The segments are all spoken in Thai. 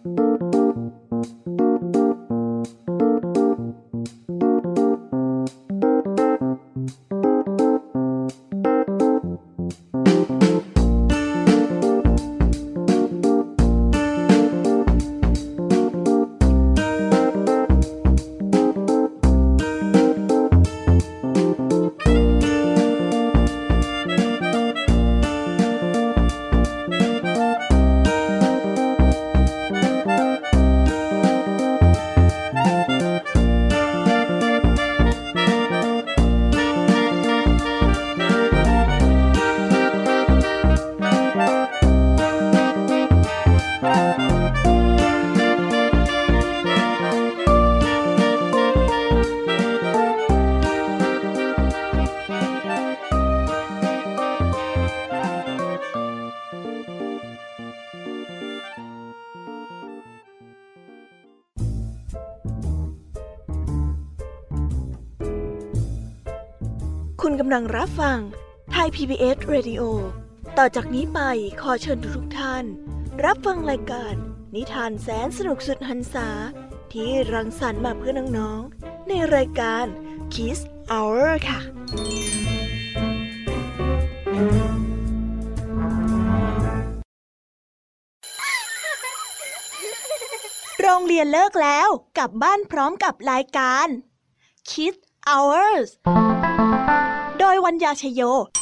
คุณกำลังรับฟังไทย PBS Radio ต่อจากนี้ไปขอเชิญทุกท่านรับฟังรายการนิทานแสนสนุกสุดหรรษาที่รังสรรค์มาเพื่อน้องๆในรายการ Kids Hour ค่ะโรงเรียนเลิกแล้วกลับบ้านพร้อมกับรายการ Kids Hours โดยวัญญาชโย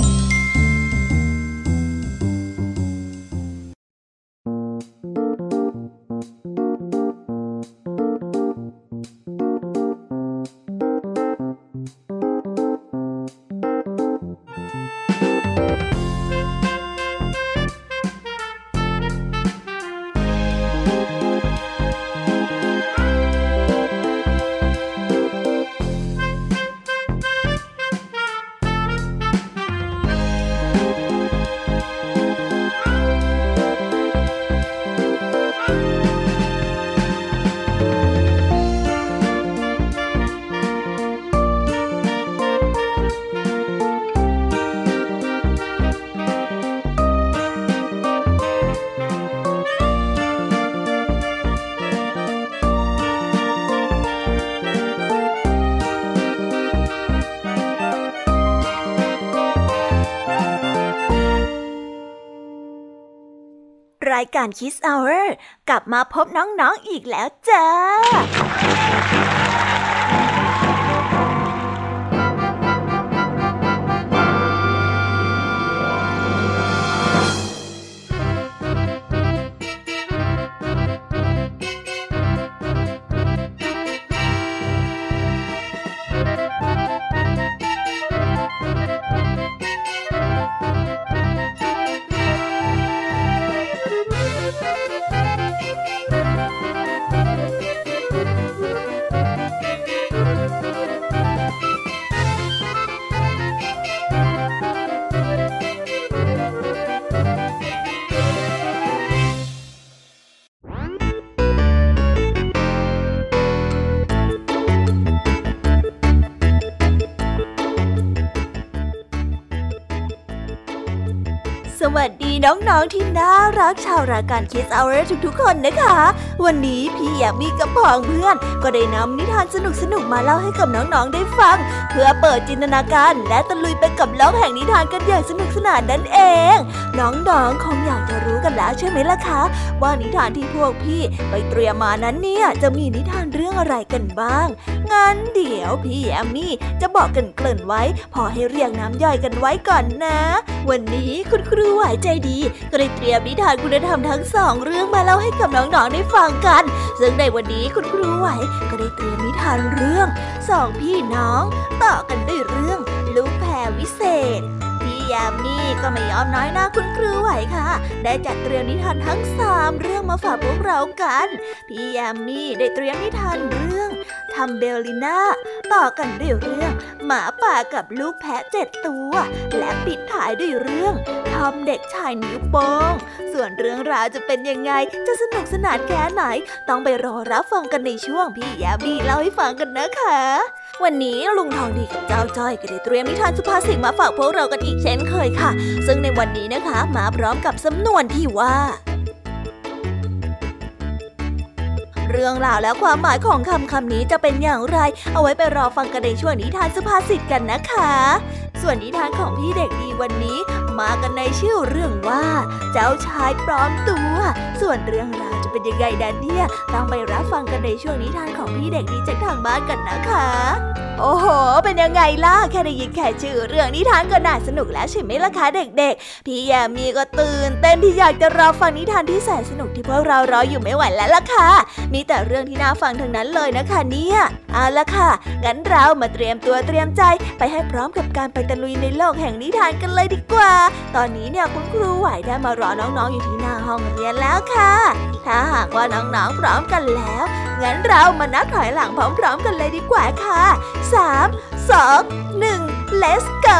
รายการ Kids Hour กลับมาพบน้องๆอีกแล้วจ้าสวัสดีน้องๆที่น่ารักชาวรายการ Kids Hour ทุกๆคนนะคะวันนี้พี่แยมมี่กับพ้องเพื่อนก็ได้นำนิทานสนุกๆมาเล่าให้กับน้องๆได้ฟังเพื่อเปิดจินตนาการและตะลุยไปกับโลกแห่งนิทานกันอย่างสนุกสนานนั่นเองน้องๆคงอยากจะรู้กันแล้วใช่ไหมล่ะคะว่านิทานที่พวกพี่ไปเตรียมมานั้นเนี่ยจะมีนิทานเรื่องอะไรกันบ้างงั้นเดี๋ยวพี่แยมมี่จะบอกกันเกริ่นไว้พอให้เรียงน้ำย่อยกันไว้ก่อนนะวันนี้คุณครูหวายใจดีก็ได้เตรียมนิทานคุณธรรมทั้ง2เรื่องมาเล่าให้กับน้องๆได้ฟังกันซึ่งในวันนี้คุณครูไหวก็ได้เตรียมนิทานเรื่อง2พี่น้องต่อกันด้วยเรื่องลูกแพรวิเศษพี่ยามีก็ไม่ยอมน้อยหน้าคุณครูไหวค่ะได้จัดเตรียมนิทานทั้ง3เรื่องมาฝากพวกเรากันพี่ยามีได้เตรียมนิทานเรื่องทำเบลลิน่าต่อกันด้วยเรื่องหมาป่ากับลูกแพะ7ตัวและปิดท้ายด้วยเรื่องทอมเด็กชายนิ้วโป้งส่วนเรื่องราวจะเป็นยังไงจะสนุกสนานแค่ไหนต้องไปรอรับฟังกันในช่วงพี่ยามีเล่าให้ฟังกันนะคะวันนี้ลุงทองดีกับเจ้าจ้อยก็ได้เตรียมนิทานสุภาษิตมาฝากพวกเรากันอีกเช่นเคยค่ะซึ่งในวันนี้นะคะมาพร้อมกับสำนวนที่ว่าเรื่องราวและความหมายของคำนี้จะเป็นอย่างไรเอาไว้ไปรอฟังกันในช่วงนิทานสุภาษิตกันนะคะส่วนนิทานของพี่เด็กดีวันนี้มากันในชื่อเรื่องว่าเจ้าชายปลอมตัวส่วนเรื่องราวจะเป็นยังไงนั้นเนี่ยต้องไปรับฟังกันในช่วงนิทานของพี่เด็กดีจากทางบ้านกันนะคะโอ้โหเป็นยังไงล่ะแค่ได้ยินแค่ชื่อเรื่องนิทานก็น่าสนุกแล้วใช่ไหมล่ะคะเด็กๆพี่แยมมีก็ตื่นเต้นที่อยากจะรอฟังนิทานที่แสนสนุกที่พวกเรารออยู่ไม่ไหวแล้วล่ะค่ะมีแต่เรื่องที่น่าฟังทั้งนั้นเลยนะคะเนี่ยเอาล่ะค่ะงั้นเรามาเตรียมตัวเตรียมใจไปให้พร้อมกับการไปตะลุยในโลกแห่งนิทานกันเลยดีกว่าตอนนี้เนี่ยคุณครูไหวได้มารอน้องๆอยู่ที่หน้าห้องเรียนแล้วค่ะถ้าหากว่าน้องๆพร้อมกันแล้วงั้นเรามานับถอยหลังพร้อมๆกันเลยดีกว่าค่ะ3 2 1 let's go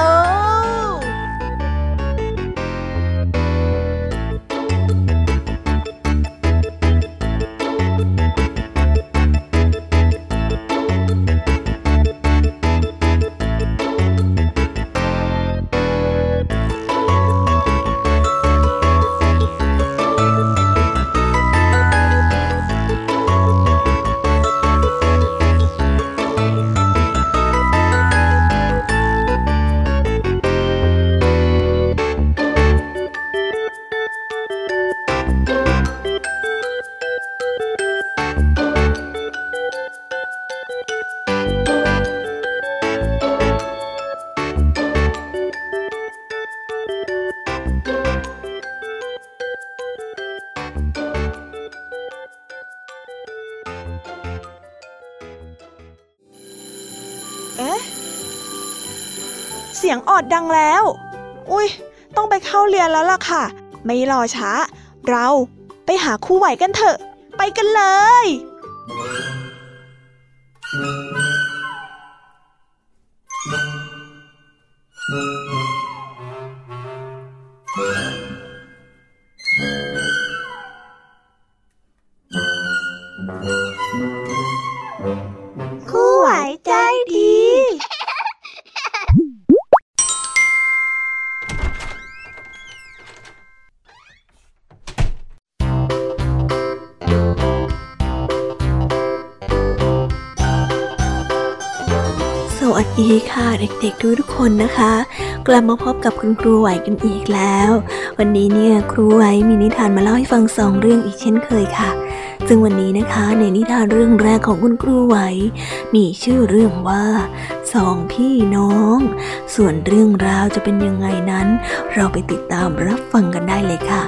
เสียงออดดังแล้วอุ๊ยต้องไปเข้าเรียนแล้วล่ะค่ะไม่รอช้าเราไปหาครูไหวกันเถอะไปกันเลยครูไหวใจดีสวัสดีค่ะเด็กๆทุกคนนะคะกลับมาพบกับคุณครูไหวกันอีกแล้ววันนี้เนี่ยครูไหวมีนิทานมาเล่าให้ฟัง2 เรื่องอีกเช่นเคยค่ะซึ่งวันนี้นะคะในนิทานเรื่องแรกของคุณครูไหวมีชื่อเรื่องว่า2 พี่น้องส่วนเรื่องราวจะเป็นยังไงนั้นเราไปติดตามรับฟังกันได้เลยค่ะ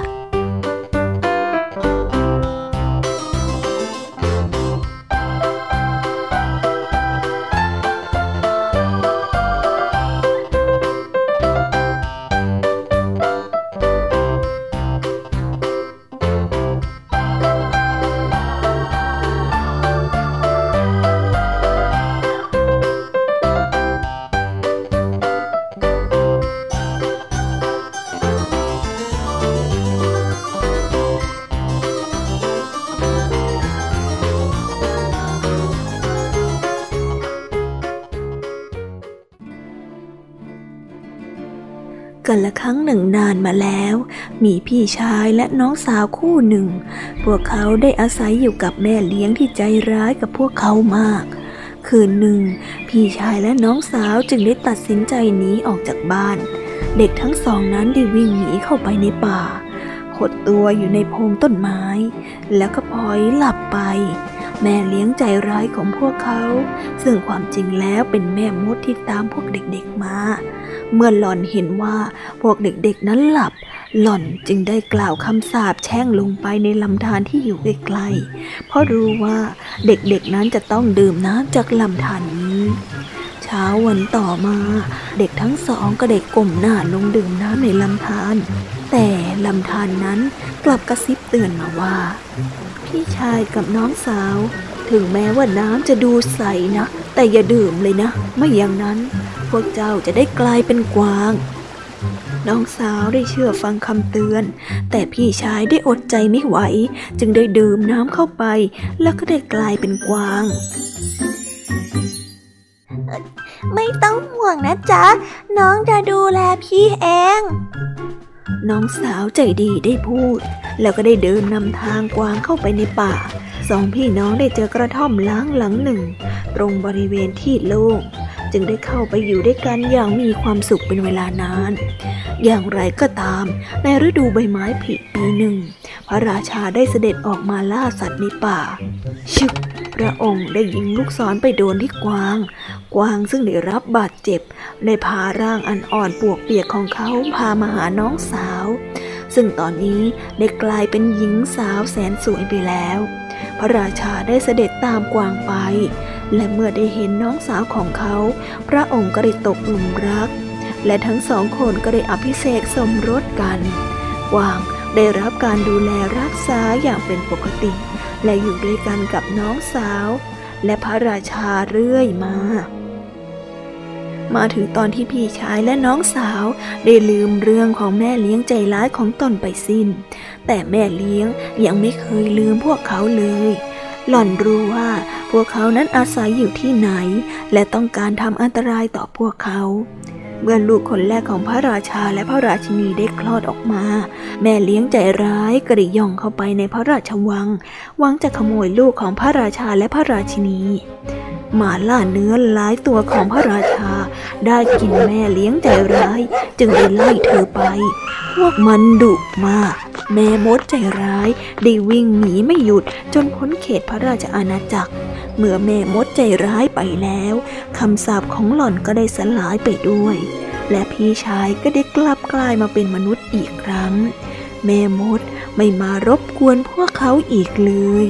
กันละครั้งหนึ่งนานมาแล้วมีพี่ชายและน้องสาวคู่หนึ่งพวกเขาได้อาศัยอยู่กับแม่เลี้ยงที่ใจร้ายกับพวกเขามากคืนหนึ่งพี่ชายและน้องสาวจึงได้ตัดสินใจหนีออกจากบ้านเด็กทั้งสองนั้นได้วิ่งหนีเข้าไปในป่าขดตัวอยู่ในโพรงต้นไม้แล้วก็พลอยหลับไปแม่เลี้ยงใจร้ายของพวกเขาซึ่งความจริงแล้วเป็นแม่มดที่ตามพวกเด็กๆมาเมื่อหล่อนเห็นว่าพวกเด็กๆนั้นหลับหล่อนจึงได้กล่าวคำสาปแช่งลงไปในลำธารที่อยู่ใกล้ๆเพราะรู้ว่าเด็กๆนั้นจะต้องดื่มน้ำจากลำธารนี้เช้าวันต่อมาเด็กทั้งสองก็ได้ก้มหน้าลงดื่มน้ำในลำธารแต่ลำธารนั้นกลับกระซิบเตือนมาว่าพี่ชายกับน้องสาวถึงแม้ว่าน้ำจะดูใสนะแต่อย่าดื่มเลยนะไม่อย่างนั้นพวกเจ้าจะได้กลายเป็นกวางน้องสาวได้เชื่อฟังคำเตือนแต่พี่ชายได้อดใจไม่ไหวจึงได้ดื่มน้ำเข้าไปแล้วก็ได้กลายเป็นกวางไม่ต้องห่วงนะจ๊ะน้องจะดูแลพี่เองน้องสาวใจดีได้พูดแล้วก็ได้เดินนำทางกวางเข้าไปในป่าสองพี่น้องได้เจอกระท่อมล้างหลังหนึ่งตรงบริเวณที่โล่งจึงได้เข้าไปอยู่ด้วยกันอย่างมีความสุขเป็นเวลานานอย่างไรก็ตามในฤดูใบไม้ผลิปีหนึ่งพระราชาได้เสด็จออกมาล่าสัตว์ในป่าชึกพระองค์ได้ยิงลูกศรไปโดนที่กวางซึ่งได้รับบาดเจ็บได้พาร่างอันอ่อนปวกเปียกของเขาพามาหาน้องสาวซึ่งตอนนี้ได้กลายเป็นหญิงสาวแสนสวยไปแล้วพระราชาได้เสด็จตามกวางไปและเมื่อได้เห็นน้องสาวของเขาพระองค์ก็ได้ตกหลุมรักและทั้งสองคนก็ได้อภิเษกสมรสกันกวางได้รับการดูแลรักษาอย่างเป็นปกติและอยู่ด้วยกันกับน้องสาวและพระราชาเรื่อยมาถึงตอนที่พี่ชายและน้องสาวได้ลืมเรื่องของแม่เลี้ยงใจร้ายของตนไปสิ้นแต่แม่เลี้ยงยังไม่เคยลืมพวกเขาเลยหล่อนรู้ว่าพวกเขานั้นอาศัยอยู่ที่ไหนและต้องการทำอันตรายต่อพวกเขาเมื่อลูกคนแรกของพระราชาและพระราชินีได้คลอดออกมาแม่เลี้ยงใจร้ายก็ได้ย่องเข้าไปในพระราชวังหวังจะขโมยลูกของพระราชาและพระราชินีหมาล่าเนื้อหลายตัวของพระราชาได้กินแม่เลี้ยงใจร้ายจึงได้ไล่เธอไปพวกมันดุมากแม่มดใจร้ายได้วิ่งหนีไม่หยุดจนพ้นเขตพระราชอาณาจักรเมื่อแม่มดใจร้ายไปแล้วคำสาปของหล่อนก็ได้สลายไปด้วยและพี่ชายก็ได้กลับกลายมาเป็นมนุษย์อีกครั้งแม่มดไม่มารบกวนพวกเขาอีกเลย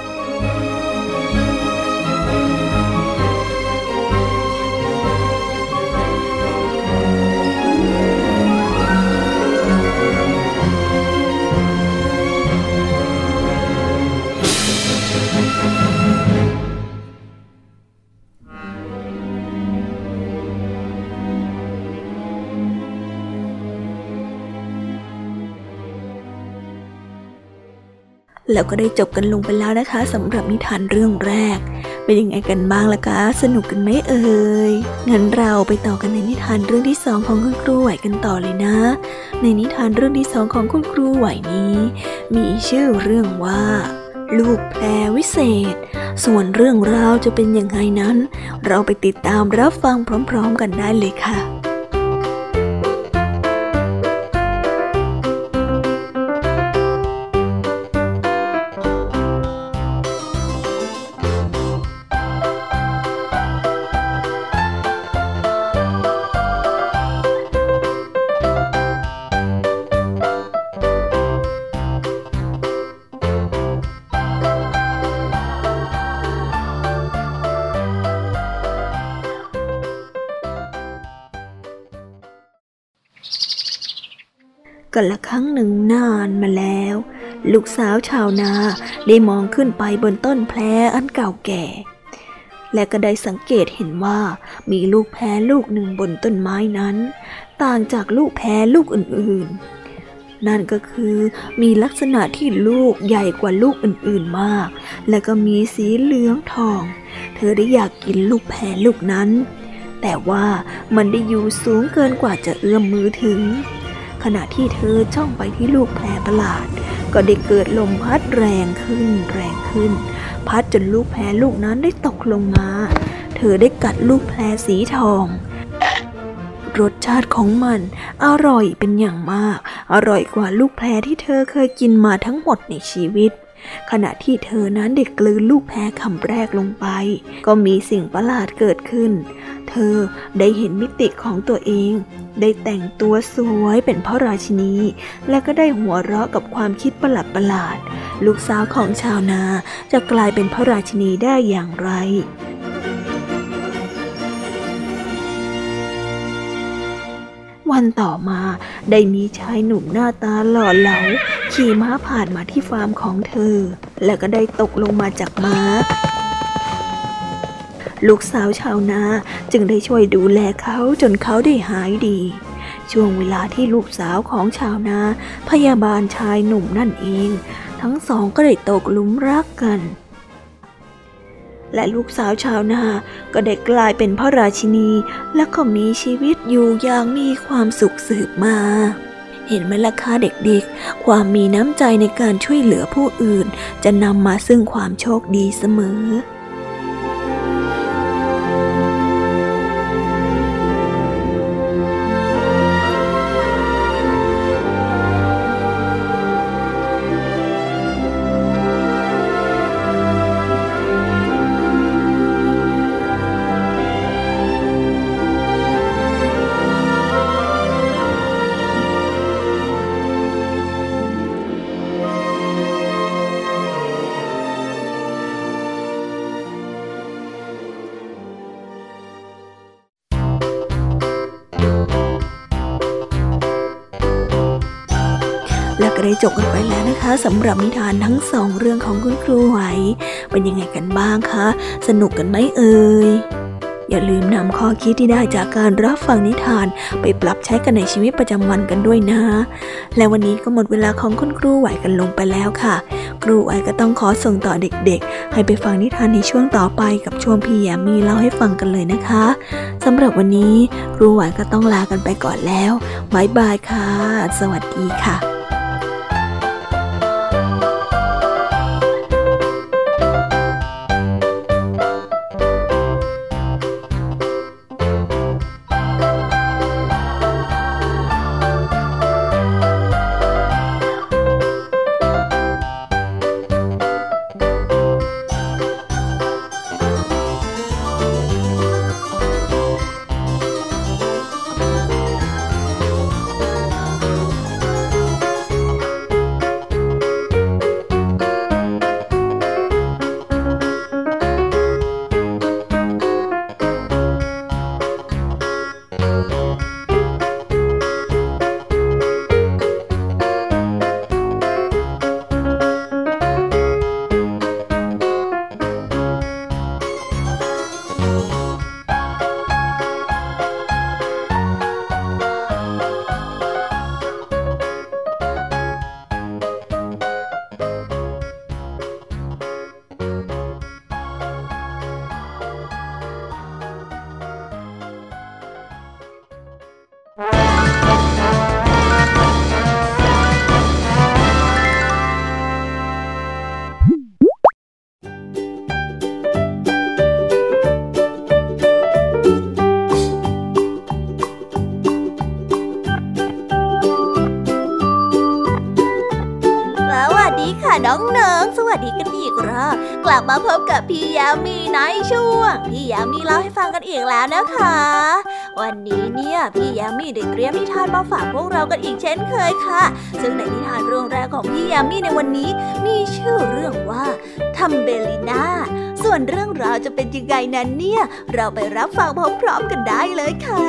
แล้วก็ได้จบกันลงไปแล้วนะคะสำหรับนิทานเรื่องแรกเป็นยังไงกันบ้างล่ะคะสนุกกันไหมเอ่ยงั้นเราไปต่อกันในนิทานเรื่องที่2ของคุณครูไหวกันต่อเลยนะในนิทานเรื่องที่2ของคุณครูไหวนี้มีชื่อเรื่องว่าลูกแพรวิเศษส่วนเรื่องราวจะเป็นยังไงนั้นเราไปติดตามรับฟังพร้อมๆกันได้เลยค่ะกันละครั้งหนึ่งนานมาแล้วลูกสาวชาวนาได้มองขึ้นไปบนต้นแพรอันเก่าแก่และก็ได้สังเกตเห็นว่ามีลูกแพรลูกหนึ่งบนต้นไม้นั้นต่างจากลูกแพรลูกอื่นๆนั่นก็คือมีลักษณะที่ลูกใหญ่กว่าลูกอื่นๆมากและก็มีสีเหลืองทองเธอได้อยากกินลูกแพรลูกนั้นแต่ว่ามันได้อยู่สูงเกินกว่าจะเอื้อมมือถึงขณะที่เธอจ้องไปที่ลูกแพรประหลาดก็ได้เกิดลมพัดแรงขึ้นพัดจนลูกแพรลูกนั้นได้ตกลงมาเธอได้กัดลูกแพรสีทองรสชาติของมันอร่อยเป็นอย่างมากอร่อยกว่าลูกแพรที่เธอเคยกินมาทั้งหมดในชีวิตขณะที่เธอนั้นได้กลืนลูกแพรคำแรกลงไปก็มีสิ่งประหลาดเกิดขึ้นเธอได้เห็นมิติของตัวเองได้แต่งตัวสวยเป็นพระราชินีและก็ได้หัวเราะกับความคิดประหลาดลูกสาวของชาวนาจะกลายเป็นพระราชินีได้อย่างไรวันต่อมาได้มีชายหนุ่มหน้าตาหล่อเหลาขี่ม้าผ่านมาที่ฟาร์มของเธอแล้วก็ได้ตกลงมาจากม้าลูกสาวชาวนาจึงได้ช่วยดูแลเขาจนเขาได้หายดีช่วงเวลาที่ลูกสาวของชาวนาพยาบาลชายหนุ่มนั่นเองทั้งสองก็ได้ตกหลุมรักกันและลูกสาวชาวนาก็ได้กลายเป็นพระราชินีและก็มีชีวิตอยู่อย่างมีความสุขสืบมาเห็นไหมล่ะคะเด็กๆความมีน้ำใจในการช่วยเหลือผู้อื่นจะนำมาซึ่งความโชคดีเสมอและก็ได้จบกันไปแล้วนะคะสำหรับนิทานทั้ง2เรื่องของคุณครูไหวเป็นยังไงกันบ้างคะสนุกกันไหมเอ่ยอย่าลืมนำข้อคิดที่ได้จากการรับฟังนิทานไปปรับใช้กันในชีวิตประจำวันกันด้วยนะและวันนี้ก็หมดเวลาของคุณครูไหวกันลงไปแล้วค่ะครูไหวก็ต้องขอส่งต่อเด็กๆให้ไปฟังนิทานในช่วงต่อไปกับช่วงพี่แยมมี่เล่าให้ฟังกันเลยนะคะสำหรับวันนี้ครูไหวก็ต้องลากันไปก่อนแล้วบ๊ายบายค่ะสวัสดีค่ะน้องๆสวัสดีกันอีกรอบกลับมาพบกับพี่ยามีในช่วงพี่ยามีเล่าให้ฟังกันอีกแล้วนะคะวันนี้เนี่ยพี่ยามีได้เตรียมนิทานมาฝากพวกเรากันอีกเช่นเคยค่ะซึ่งในนิทานเรื่องแรกของพี่ยามีในวันนี้มีชื่อเรื่องว่าทัมเบลิน่าส่วนเรื่องราวจะเป็นยังไงนั้นเนี่ยเราไปรับฟังพร้อมๆกันได้เลยค่ะ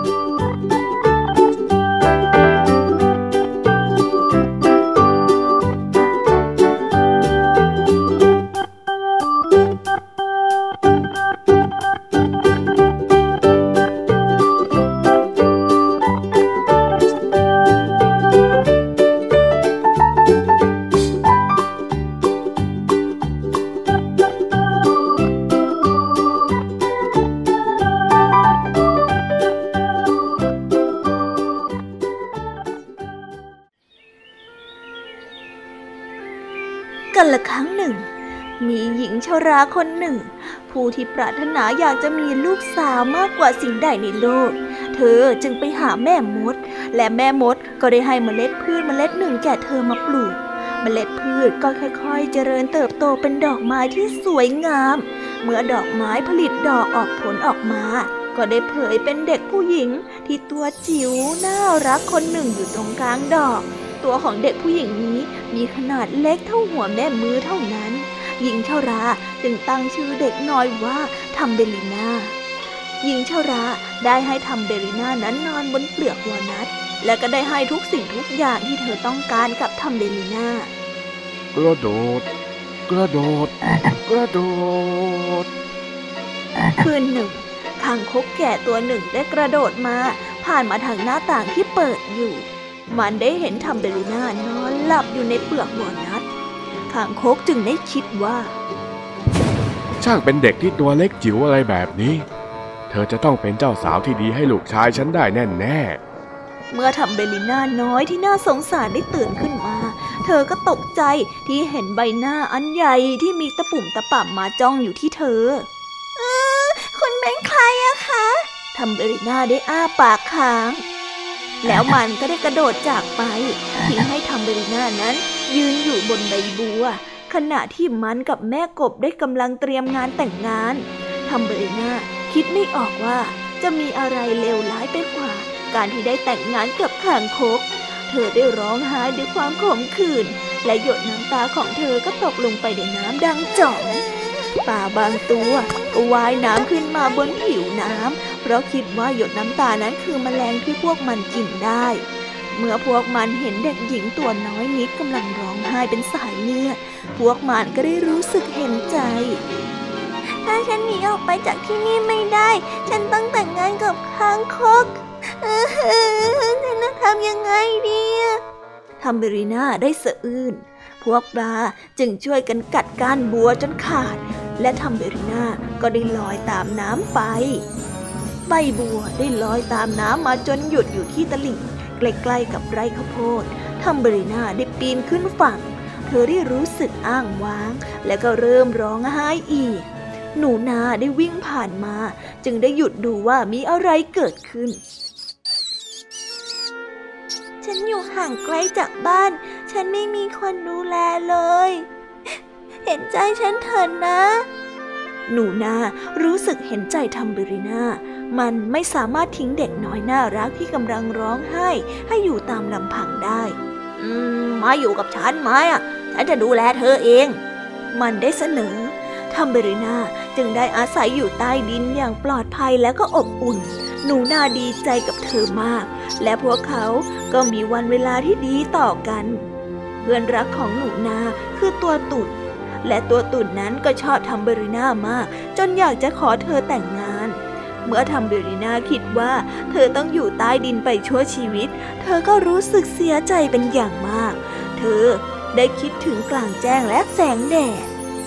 กันละครั้งหนึ่งมีหญิงชราคนหนึ่งผู้ที่ปรารถนาอยากจะมีลูกสาวมากกว่าสิ่งใดในโลกเธอจึงไปหาแม่มดและแม่มดก็ได้ให้เมล็ดพืชเมล็ดหนึ่งแก่เธอมาปลูกเมล็ดพืชก็ค่อยๆเจริญเติบโตเป็นดอกไม้ที่สวยงามเมื่อดอกไม้ผลิตดอกออกผลออกมาก็ได้เผยเป็นเด็กผู้หญิงที่ตัวจิ๋วน่ารักคนหนึ่งอยู่ตรงกลางดอกตัวของเด็กผู้หญิงนี้มีขนาดเล็กเท่าหัวแม่มือเท่านั้นหญิงชราจึงตั้งชื่อเด็กน้อยว่าทัมเบลิน่าหญิงชราได้ให้ทัมเบลิน่านั้นนอนบนเปลือกวอลนัทและก็ได้ให้ทุกสิ่งทุกอย่างที่เธอต้องการกับทัมเบลิน่ากระโดดกระโดดกระโดดคืนหนึ่งคางคกแก่ตัวหนึ่งได้กระโดดมาผ่านมาทางหน้าต่างที่เปิดอยู่มันได้เห็นทัมเบลิน่านอนหลับอยู่ในเปลือกวอลนัทคางคกจึงได้คิดว่าช่างเป็นเด็กที่ตัวเล็กจิ๋วอะไรแบบนี้เธอจะต้องเป็นเจ้าสาวที่ดีให้ลูกชายฉันได้แน่เมื่อทัมเบลิน่าน้อยที่น่าสงสารได้ตื่นขึ้นมาเธอก็ตกใจที่เห็นใบหน้าอันใหญ่ที่มีตะปุ่มตะป่ำมาจ้องอยู่ที่เธอคุณเป็นใครอะคะทัมเบลิน่าได้อ้าปากค้างแล้วมันก็ได้กระโดดจากไปทิ้งให้ทัมเบลิน่านั้นยืนอยู่บนใบบัวขณะที่มันกับแม่กบได้กำลังเตรียมงานแต่งงานทัมเบลิน่าคิดไม่ออกว่าจะมีอะไรเลวร้ายไปกว่าการที่ได้แต่งงานกับคางคกเธอได้ร้องไห้ด้วยความขมขื่นและหยดน้ำตาของเธอก็ตกลงไปในน้ำดังจ่องปลาบางตัวก็ว่ายน้ำขึ้นมาบนผิวน้ำเพราะคิดว่าหยดน้ำตานั้นคือแมลงที่พวกมันกินได้เมื่อพวกมันเห็นเด็กหญิงตัวน้อยนิดกำลังร้องไห้เป็นสายเลือดพวกมันก็ได้รู้สึกเห็นใจถ้าฉันหนีออกไปจากที่นี่ไม่ได้ฉันต้องแต่งงานกับคางคกฉันจะทำยังไงดีทัมเบลิน่าได้สะอื้นพวกปลาจึงช่วยกันกัดก้านบัวจนขาดและทัมเบลิน่าก็ได้ลอยตามน้ำไปใบบัวได้ลอยตามน้ำมาจนหยุดอยู่ที่ตลิ่งใกล้ๆกับไร่ข้าวโพดทัมเบลิน่าได้ปีนขึ้นฝั่งเธอได้รู้สึกอ้างว้างและก็เริ่มร้องไห้อีกหนูนาได้วิ่งผ่านมาจึงได้หยุดดูว่ามีอะไรเกิดขึ้นฉันอยู่ห่างไกลจากบ้านฉันไม่มีคนดูแลเลยเห็นใจฉันเถอะนะหนูนารู้สึกเห็นใจทัมเบลิน่ามันไม่สามารถทิ้งเด็กน้อยน่ารักที่กำลังร้องไห้ให้อยู่ตามลำพังได้มาอยู่กับฉันไหมฉันจะดูแลเธอเองมันได้เสนอทัมเบลิน่าจึงได้อาศัยอยู่ใต้ดินอย่างปลอดภัยและก็อบอุ่นหนูนาดีใจกับเธอมากและพวกเขาก็มีวันเวลาที่ดีต่อกันเพื่อนรักของหนูนาคือตัวตุ่นและตัวตุ่นนั้นก็ชอบทัมเบลิน่ามากจนอยากจะขอเธอแต่งงานเมื่อทัมเบลิน่าคิดว่าเธอต้องอยู่ใต้ดินไปชั่วชีวิตเธอก็รู้สึกเสียใจเป็นอย่างมากเธอได้คิดถึงกลางแจ้งและแสงแดด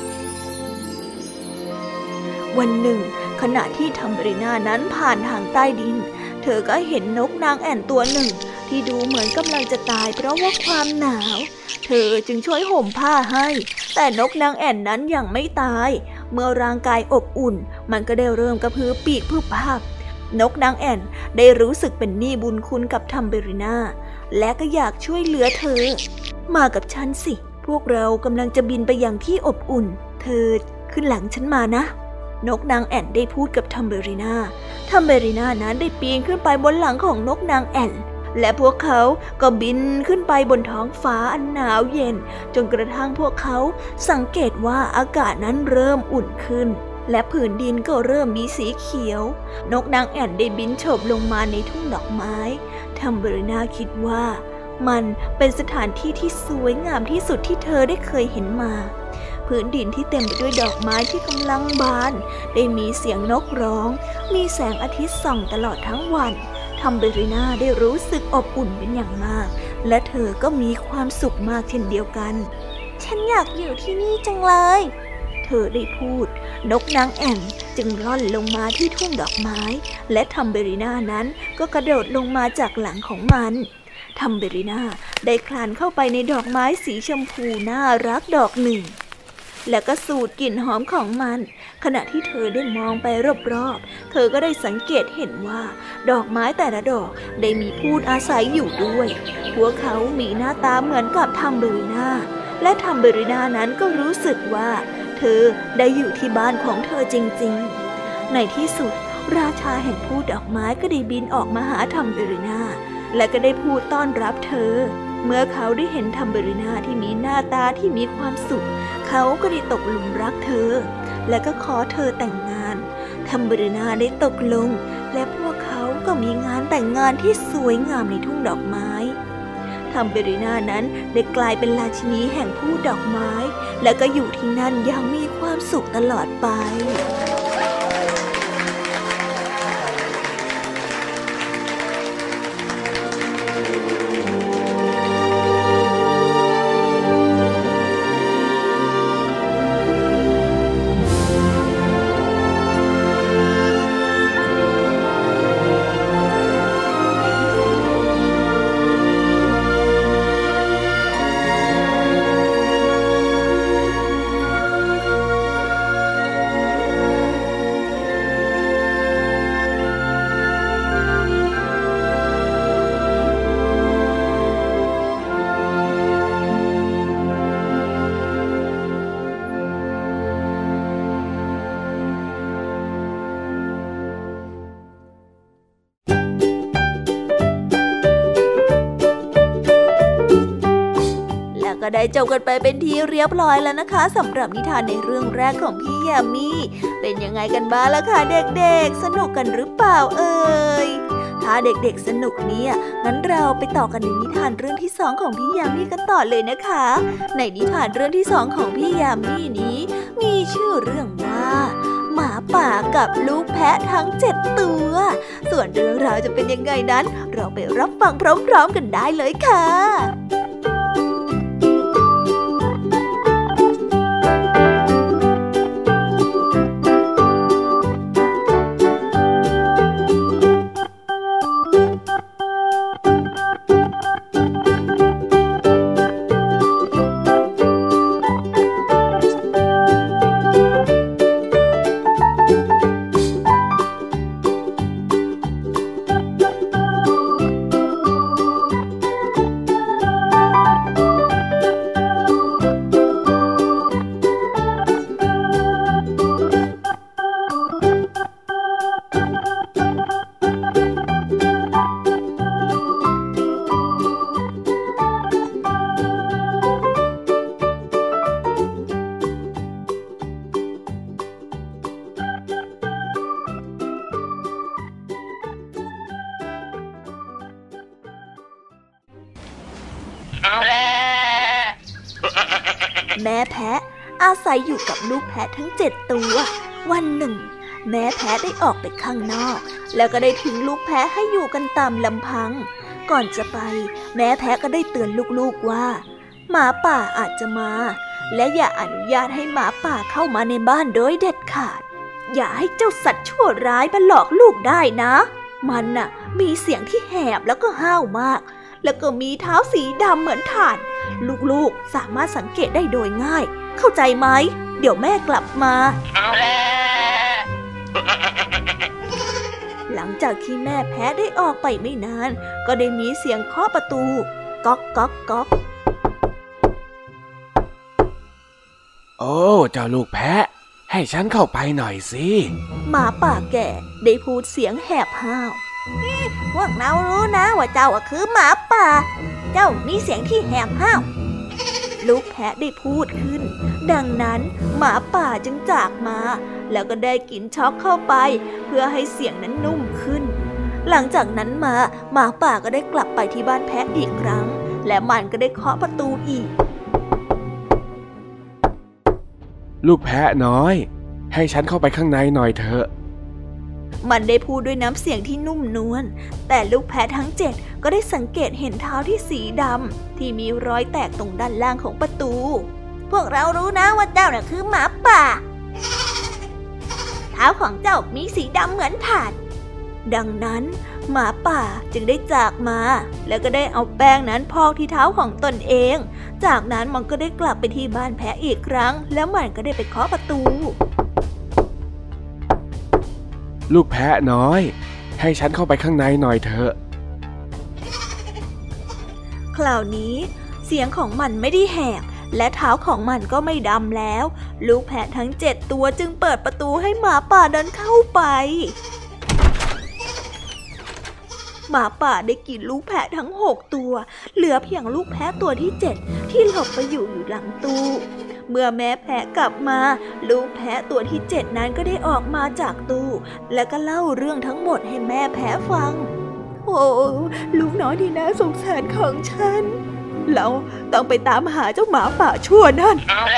วันหนึ่งขณะที่ทัมเบลิน่านั้นผ่านทางใต้ดินเธอก็เห็นนกนางแอ่นตัวหนึ่งที่ดูเหมือนกำลังจะตายเพราะว่าความหนาวเธอจึงช่วยห่มผ้าให้แต่นกนางแอ่นนั้นยังไม่ตายเมื่อร่างกายอบอุ่นมันก็ได้เริ่มกระพือปีกพึบพับนกนางแอ่นได้รู้สึกเป็นหนี้บุญคุณกับทัมเบลิน่าและก็อยากช่วยเหลือเธอมากับฉันสิพวกเรากำลังจะบินไปยังที่อบอุ่นเธอขึ้นหลังฉันมานะนกนางแอ่นได้พูดกับทัมเบลิน่าทัมเบลิน่านั้นได้ปีนขึ้นไปบนหลังของนกนางแอ่นและพวกเขาก็บินขึ้นไปบนท้องฟ้าอันหนาวเย็นจนกระทั่งพวกเขาสังเกตว่าอากาศนั้นเริ่มอุ่นขึ้นและผืนดินก็เริ่มมีสีเขียวนกนางแอ่นได้บินโฉบลงมาในทุ่งดอกไม้ทัมเบลิน่าคิดว่ามันเป็นสถานที่ที่สวยงามที่สุดที่เธอได้เคยเห็นมาพื้นดินที่เต็มไปด้วยดอกไม้ที่กำลังบานได้มีเสียงนกร้องมีแสงอาทิตย์ส่องตลอดทั้งวันทัมเบลิน่าได้รู้สึกอบอุ่นเป็นอย่างมากและเธอก็มีความสุขมากเช่นเดียวกันฉันอยากอยู่ที่นี่จังเลยเธอได้พูดนกนางแอ่นจึงร่อนลงมาที่ทุ่งดอกไม้และทัมเบลิน่านั้นก็กระโดดลงมาจากหลังของมันทัมเบลิน่าได้คลานเข้าไปในดอกไม้สีชมพูน่ารักดอกหนึ่งแล้วก็สูดกลิ่นหอมของมันขณะที่เธอได้มองไปรอบๆเธอก็ได้สังเกตเห็นว่าดอกไม้แต่ละดอกได้มีผู้อาศัยอยู่ด้วยพวกเขามีหน้าตาเหมือนกับทัมเบลิน่าและทัมเบลิน่านั้นก็รู้สึกว่าเธอได้อยู่ที่บ้านของเธอจริงๆในที่สุดราชาแห่งผู้ดอกไม้ก็ได้บินออกมาหาทัมเบลิน่าและก็ได้พูดต้อนรับเธอเมื่อเขาได้เห็นทัมเบลิน่าที่มีหน้าตาที่มีความสุขเขาก็ได้ตกหลุมรักเธอและก็ขอเธอแต่งงานทัมเบลิน่าได้ตกลงและพวกเขาก็มีงานแต่งงานที่สวยงามในทุ่งดอกไม้ทัมเบลิน่านั้นได้กลายเป็นราชินีแห่งผู้ดอกไม้และก็อยู่ที่นั่นอย่างมีความสุขตลอดไปได้จบกันไปเป็นที่เรียบร้อยแล้วนะคะสำหรับนิทานในเรื่องแรกของพี่ยามีเป็นยังไงกันบ้างล่ะคะเด็กๆสนุกกันหรือเปล่าเอ่ยถ้าเด็กๆสนุกเนี่ยงั้นเราไปต่อกันในนิทานเรื่องที่2ของพี่ยามีกันต่อเลยนะคะในนิทานเรื่องที่2ของพี่ยามีนี้มีชื่อเรื่องว่าหมาป่ากับลูกแพะทั้ง7ตัวส่วนเรื่องราวจะเป็นยังไงนั้นเราไปรับฟังพร้อมๆกันได้เลยค่ะแม่แพะอาศัยอยู่กับลูกแพะทั้ง7ตัววันหนึ่งแม่แพะได้ออกไปข้างนอกแล้วก็ได้ทิ้งลูกแพะให้อยู่กันตามลำพังก่อนจะไปแม่แพะก็ได้เตือนลูกๆว่าหมาป่าอาจจะมาและอย่าอนุญาตให้หมาป่าเข้ามาในบ้านโดยเด็ดขาดอย่าให้เจ้าสัตว์ชั่วร้ายมาหลอกลูกได้นะมันน่ะมีเสียงที่แหบแล้วก็ห้าวมากแล้วก็มีเท้าสีดำเหมือนถ่านลูกๆสามารถสังเกตได้โดยง่ายเข้าใจไหมเดี๋ยวแม่กลับมาหลังจากที่แม่แพะได้ออกไปไม่นานก็ได้มีเสียงเคาะประตูก๊อกก๊อกก๊อกโอ้เจ้าลูกแพะให้ฉันเข้าไปหน่อยสิหมาป่าแก่ได้พูดเสียงแหบห้าวพวกเรารู้นะว่าเจ้าคือหมาป่าเจ้ามีเสียงที่แหบห้าวลูกแพะได้พูดขึ้นดังนั้นหมาป่าจึงจากมาแล้วก็ได้กินช็อกเข้าไปเพื่อให้เสียงนั้นนุ่มขึ้นหลังจากนั้นมาหมาป่าก็ได้กลับไปที่บ้านแพะอีกครั้งและมันก็ได้เคาะประตูอีกลูกแพะน้อยให้ฉันเข้าไปข้างในหน่อยเถอะมันได้พูดด้วยน้ำเสียงที่นุ่มนวลแต่ลูกแพะทั้ง7ก็ได้สังเกตเห็นเท้าที่สีดำที่มีรอยแตกตรงด้านล่างของประตูพวกเรารู้นะว่าเจ้าน่ะคือหมาป่าเท้าของเจ้ามีสีดำเหมือนถ่านดังนั้นหมาป่าจึงได้จากมาแล้วก็ได้เอาแป้งนั้นพอกที่เท้าของตนเองจากนั้นมันก็ได้กลับไปที่บ้านแพะอีกครั้งแล้วมันก็ได้ไปเคาะประตูลูกแพะน้อยให้ฉันเข้าไปข้างในหน่อยเถอะคราวนี้เสียงของมันไม่ได้แหบและเท้าของมันก็ไม่ดำแล้วลูกแพะทั้ง7ตัวจึงเปิดประตูให้หมาป่าเดินเข้าไปหมาป่าได้กินลูกแพะทั้ง6ตัวเหลือเพียงลูกแพะตัวที่7ที่หลบไปอยู่หลังตู้เมื่อแม่แพะกลับมาลูกแพะตัวที่7นั้นก็ได้ออกมาจากตู้แล้วก็เล่าเรื่องทั้งหมดให้แม่แพะฟังโอ้ลูกน้อยที่น่าสงสารของฉันเราต้องไปตามหาเจ้าหมาป่าชั่วนั่น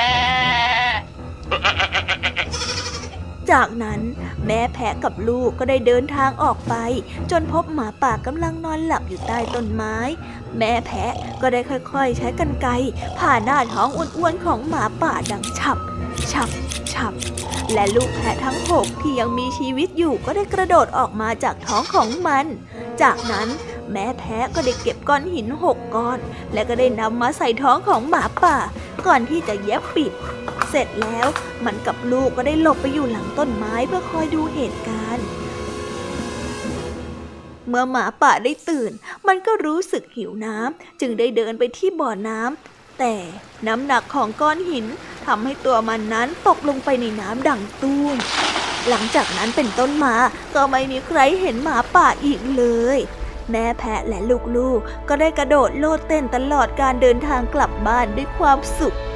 จากนั้นแม่แพะกับลูกก็ได้เดินทางออกไปจนพบหมาป่ากำลังนอนหลับอยู่ใต้ต้นไม้แม่แพะก็ได้ค่อยๆใช้กรรไกรผ่าหน้าท้องอ้วนๆของหมาป่าดังฉับฉับฉับและลูกแพะทั้ง6ที่ยังมีชีวิตอยู่ก็ได้กระโดดออกมาจากท้องของมันจากนั้นแม่แพะก็ได้เก็บก้อนหิน6ก้อนและก็ได้นำมาใส่ท้องของหมาป่าก่อนที่จะเย็บปิดเสร็จแล้วมันกับลูกก็ได้หลบไปอยู่หลังต้นไม้เพื่อคอยดูเหตุการณ์เมื่อหมาป่าได้ตื่นมันก็รู้สึกหิวน้ำจึงได้เดินไปที่บ่อน้ำแต่น้ำหนักของก้อนหินทำให้ตัวมันนั้นตกลงไปในน้ำดังตุ้มหลังจากนั้นเป็นต้นมาก็ไม่มีใครเห็นหมาป่าอีกเลยแม่แพะและลูกๆก็ได้กระโดดโลดเต้นตลอดการเดินทางกลับบ้านด้วยความสุข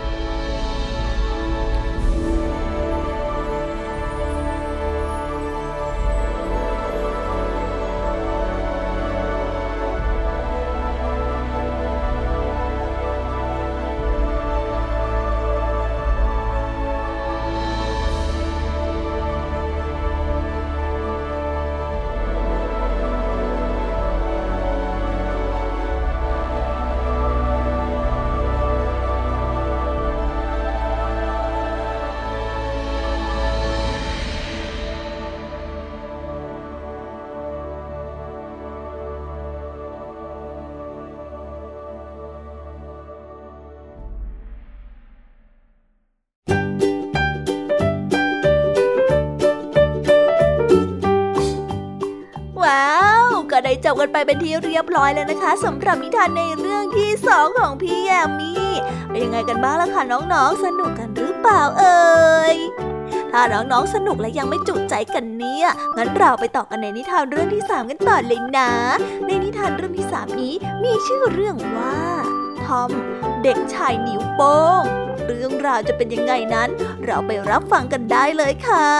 ได้จบกันไปเป็นที่เรียบร้อยแล้วนะคะสำหรับนิทานในเรื่องที่2ของพี่แยมมี่เป็นยังไงกันบ้างล่ะคะน้องๆสนุกกันหรือเปล่าเอ่ยถ้าน้องๆสนุกและยังไม่จุใจกันเนี่ยงั้นเราไปต่อกันในนิทานเรื่องที่3กันต่อเลยนะในนิทานเรื่องที่3นี้มีชื่อเรื่องว่าทอมเด็กชายนิ้วโป้งเรื่องราวจะเป็นยังไงนั้นเราไปรับฟังกันได้เลยค่ะ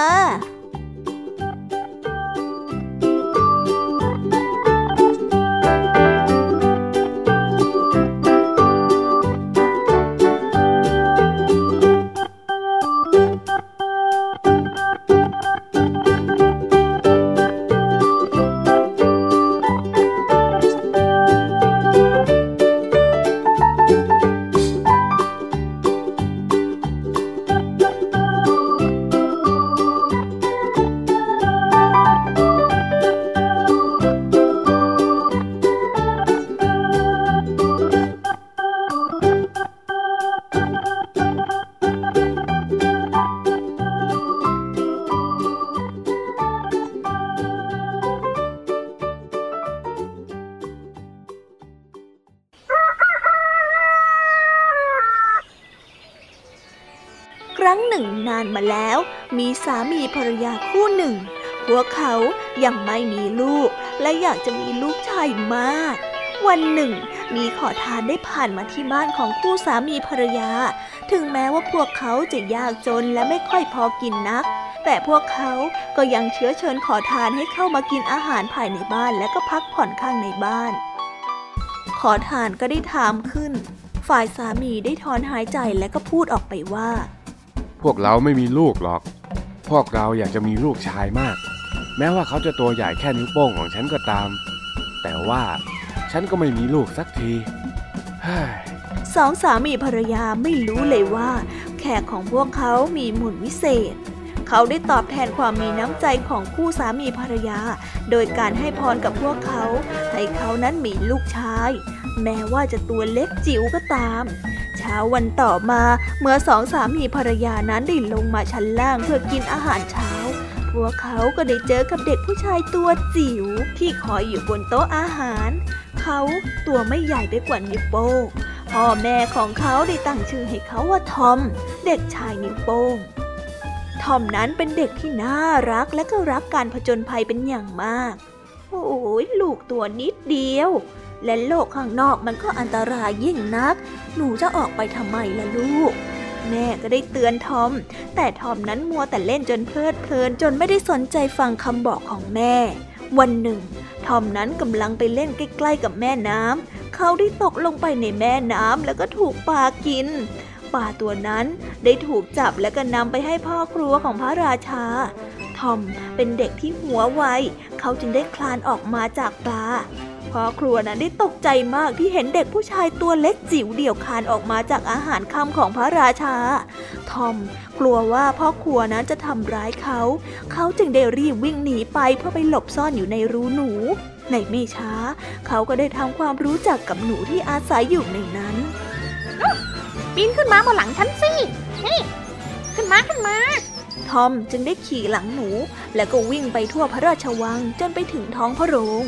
ครั้งหนึ่งนานมาแล้วมีสามีภรรยาคู่หนึ่งพวกเขายังไม่มีลูกและอยากจะมีลูกชายมากวันหนึ่งมีขอทานได้ผ่านมาที่บ้านของคู่สามีภรรยาถึงแม้ว่าพวกเขาจะยากจนและไม่ค่อยพอกินนักแต่พวกเขาก็ยังเชื้อเชิญขอทานให้เข้ามากินอาหารภายในบ้านและก็พักผ่อนข้างในบ้านขอทานก็ได้ถามขึ้นฝ่ายสามีได้ถอนหายใจและก็พูดออกไปว่าพวกเราไม่มีลูกหรอกพวกเราอยากจะมีลูกชายมากแม้ว่าเขาจะตัวใหญ่แค่นิ้วโป้งของฉันก็ตามแต่ว่าฉันก็ไม่มีลูกสักทีสองสามีภรรยาไม่รู้เลยว่าแขกของพวกเขามีมนต์วิเศษเขาได้ตอบแทนความมีน้ำใจของคู่สามีภรรยาโดยการให้พรกับพวกเขาให้เขานั้นมีลูกชายแม้ว่าจะตัวเล็กจิ๋วก็ตามเช้าวันต่อมาเมื่อสองสามีภรรยานั้นได้ลงมาชั้นล่างเพื่อกินอาหารเช้าพวกเขาก็ได้เจอกับเด็กผู้ชายตัวจิ๋วที่คอยอยู่บนโต๊ะอาหารเขาตัวไม่ใหญ่ไปกว่านิ้วโป้งพ่อแม่ของเขาได้ตั้งชื่อให้เขาว่าทอมเด็กชายนิ้วโป้งทอมนั้นเป็นเด็กที่น่ารักและก็รักการผจญภัยเป็นอย่างมากโอ้ยลูกตัวนิดเดียวและโลกข้างนอกมันก็อันตรายยิ่งนักหนูจะออกไปทำไมล่ะลูกแม่ก็ได้เตือนทอมแต่ทอมนั้นมัวแต่เล่นจนเพลิดเพลินจนไม่ได้สนใจฟังคำบอกของแม่วันหนึ่งทอมนั้นกำลังไปเล่นใกล้ๆกับแม่น้ำเขาได้ตกลงไปในแม่น้ำแล้วก็ถูกปลากินปลาตัวนั้นได้ถูกจับและก็นำไปให้พ่อครัวของพระราชาทอมเป็นเด็กที่หัวไวเขาจึงได้คลานออกมาจากปลาพ่อครัวนั้นได้ตกใจมากที่เห็นเด็กผู้ชายตัวเล็กจิ๋วเดี่ยวคลานออกมาจากอาหารค่ำของพระราชาทอมกลัวว่าพ่อครัวนั้นจะทำร้ายเขาจึงได้รีบวิ่งหนีไปเพื่อไปหลบซ่อนอยู่ในรูหนูในไม่ช้าเขาก็ได้ทำความรู้จักกับหนูที่อาศัยอยู่ในนั้นปีนขึ้นมาบนหลังฉันสิเฮ้ขึ้นมาทอมจึงได้ขี่หลังหนูแล้วก็วิ่งไปทั่วพระราชวังจนไปถึงท้องพระโรง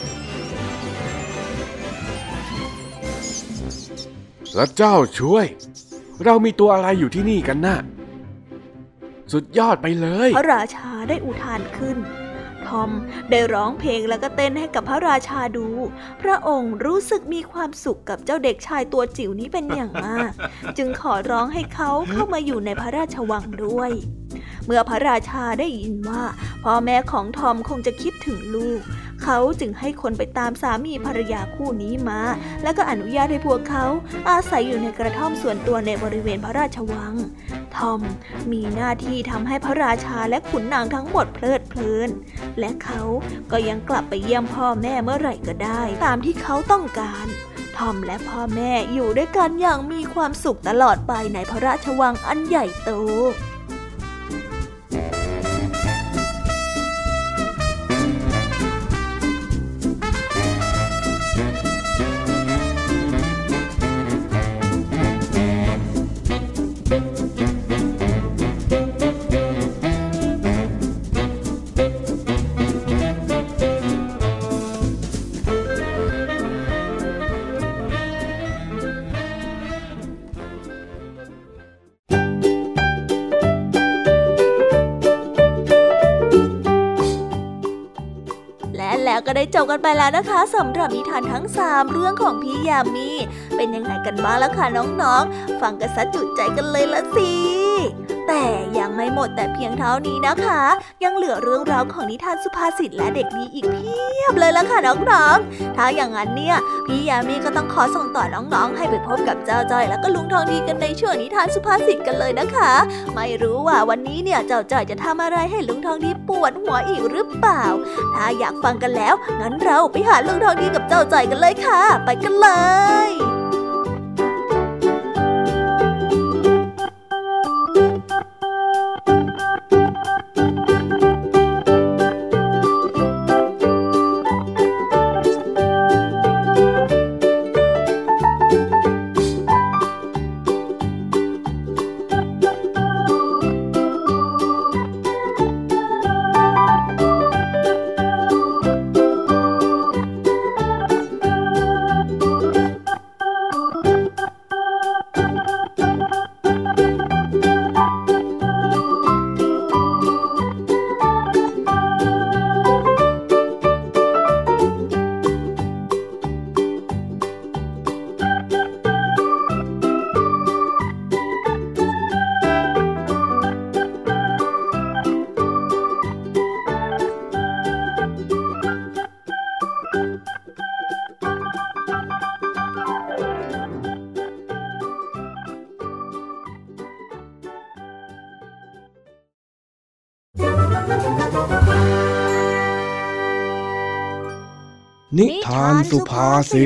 พระเจ้าช่วยเรามีตัวอะไรอยู่ที่นี่กันนะสุดยอดไปเลยพระราชาได้อุทานขึ้นทอมได้ร้องเพลงแล้วก็เต้นให้กับพระราชาดูพระองค์รู้สึกมีความสุขกับเจ้าเด็กชายตัวจิ๋วนี้เป็นอย่างมากจึงขอร้องให้เขาเข้ามาอยู่ในพระราชวังด้วยเมื่อพระราชาได้ยินว่าพ่อแม่ของทอมคงจะคิดถึงลูกเขาจึงให้คนไปตามสามีภรรยาคู่นี้มาแล้วก็อนุญาตให้พวกเขาอาศัยอยู่ในกระท่อมส่วนตัวในบริเวณพระราชวังทอมมีหน้าที่ทำให้พระราชาและขุนนางทั้งหมดเพลิดเพลินและเขาก็ยังกลับไปเยี่ยมพ่อแม่เมื่อไหร่ก็ได้ตามที่เขาต้องการทอมและพ่อแม่อยู่ด้วยกันอย่างมีความสุขตลอดไปในพระราชวังอันใหญ่โตแล้วก็ได้จบกันไปแล้วนะคะสำหรับนิทานทั้ง3เรื่องของพี่ยามีเป็นยังไงกันบ้างล่ะคะน้องๆฟังกันซะจุใจกันเลยละสิแต่ยังไม่หมดแต่เพียงเท่านี้นะคะยังเหลือเรื่องราวของนิทานสุภาษิตและเด็กดีอีกเพียบเลยล่ะค่ะน้องๆถ้าอย่างนั้นเนี่ยพี่ยามีก็ต้องขอส่งต่อน้องๆให้ไปพบกับเจ้าจ้อยและก็ลุงทองดีกันในช่วงนิทานสุภาษิตกันเลยนะคะไม่รู้ว่าวันนี้เนี่ยเจ้าจ้อยจะทำอะไรให้ลุงทองดีปวดหัวอีกหรือเปล่าถ้าอยากฟังกันแล้วงั้นเราไปหาลุงทองดีกับเจ้าจ้อยกันเลยค่ะไปกันเลยนิทานสุภาษิต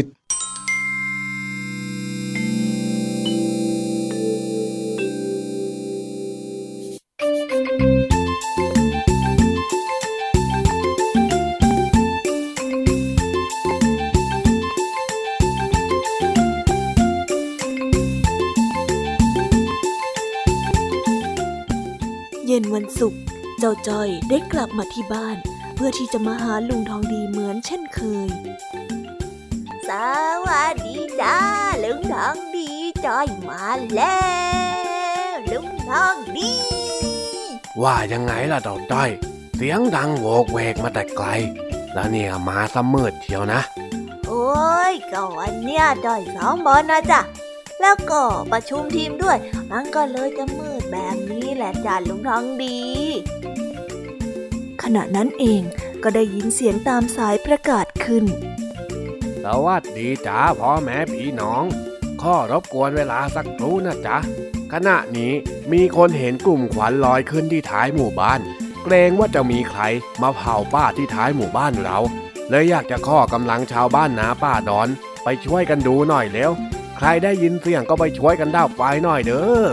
เย็นวันศุกร์เจ้าจ้อยได้กลับมาที่บ้านเพื่อที่จะมาหาลุงทองดีเหมือนเช่นเคยสวัสดีจ้าลุงทองดีจ้อยมาแล้วลุงทองดีว่ายังไงล่ะเจ้าจ้อยเสียงดังโวกเวกมาแต่ไกลแล้วเนี่ยมาซะมืดเชียวนะโอ้ยก็วันเนี้ยจ้อยซ้อมบอลนะจ๊ะแล้วก็ประชุมทีมด้วยมันก็เลยจะมืดแบบนี้แหละจ้าลุงทองดีขณะนั้นเองก็ได้ยินเสียงตามสายประกาศขึ้นสวัสดีจ้าพ่อแม่พี่น้องข้อรบกวนเวลาสักครู่นะจ๊ะขณะนี้มีคนเห็นกลุ่มควันลอยขึ้นที่ท้ายหมู่บ้านเกรงว่าจะมีใครมาเผาป่าที่ท้ายหมู่บ้านเราเลยอยากจะขอกำลังชาวบ้านนาป่าดอนไปช่วยกันดูหน่อยเร็วใครได้ยินเสียงก็ไปช่วยกันดับไฟหน่อยเด้อ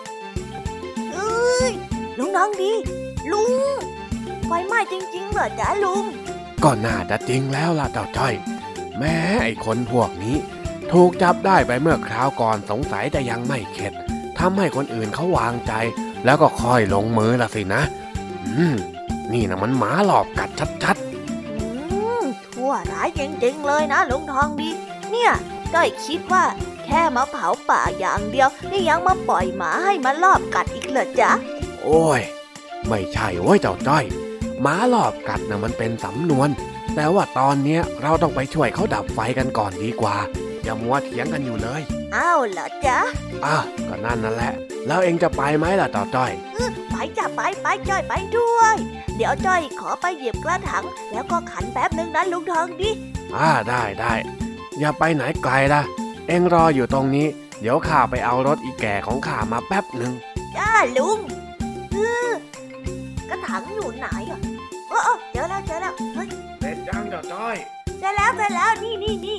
ลุงน้องดีลุงไฟไหม้จริงๆเหรอจ๊ะลุงก็น่าจะจริงแล้วล่ะเจ้าจ้อยแม้ไอ้คนพวกนี้ถูกจับได้ไปเมื่อคราวก่อนสงสัยแต่ยังไม่เข็ดทำให้คนอื่นเขาวางใจแล้วก็ค่อยลงมือละสินะนี่นะมันหมาหลอกกัดชัดๆชั่วร้ายจริงๆเลยนะลุงทองดีเนี่ยจ้อยคิดว่าแค่มาเผาป่าอย่างเดียวนี่ยังมาปล่อยหมาให้มาลอบกัดอีกเหรอจ๊ะโอ้ยไม่ใช่เว้ยเจ้าจ้อยหมาหลอบกัดนะมันเป็นสำนวนแต่ว่าตอนเนี้ยเราต้องไปช่วยเขาดับไฟกันก่อนดีกว่าอย่ามัวเถียงกันอยู่เลยอ้าวเหรอจ๊ะก็นั่นแหละแล้วเองจะไปไหมล่ะต่อจ้อยไปจ้ะไปจ้อยไปด้วยเดี๋ยวจ้อยขอไปหยิบกระถางแล้วก็ขันแป๊บนึงนะลุงทองดีได้อย่าไปไหนไกลล่ะเอ็งรออยู่ตรงนี้เดี๋ยวข้าไปเอารถอีแก่ของข้ามาแป๊บนึงจ้าลุงกระถางอยู่ไหนอ่ะเจอแล้วเฮ้ยเสร็จยังจ้อยเสร็จแล้วนี่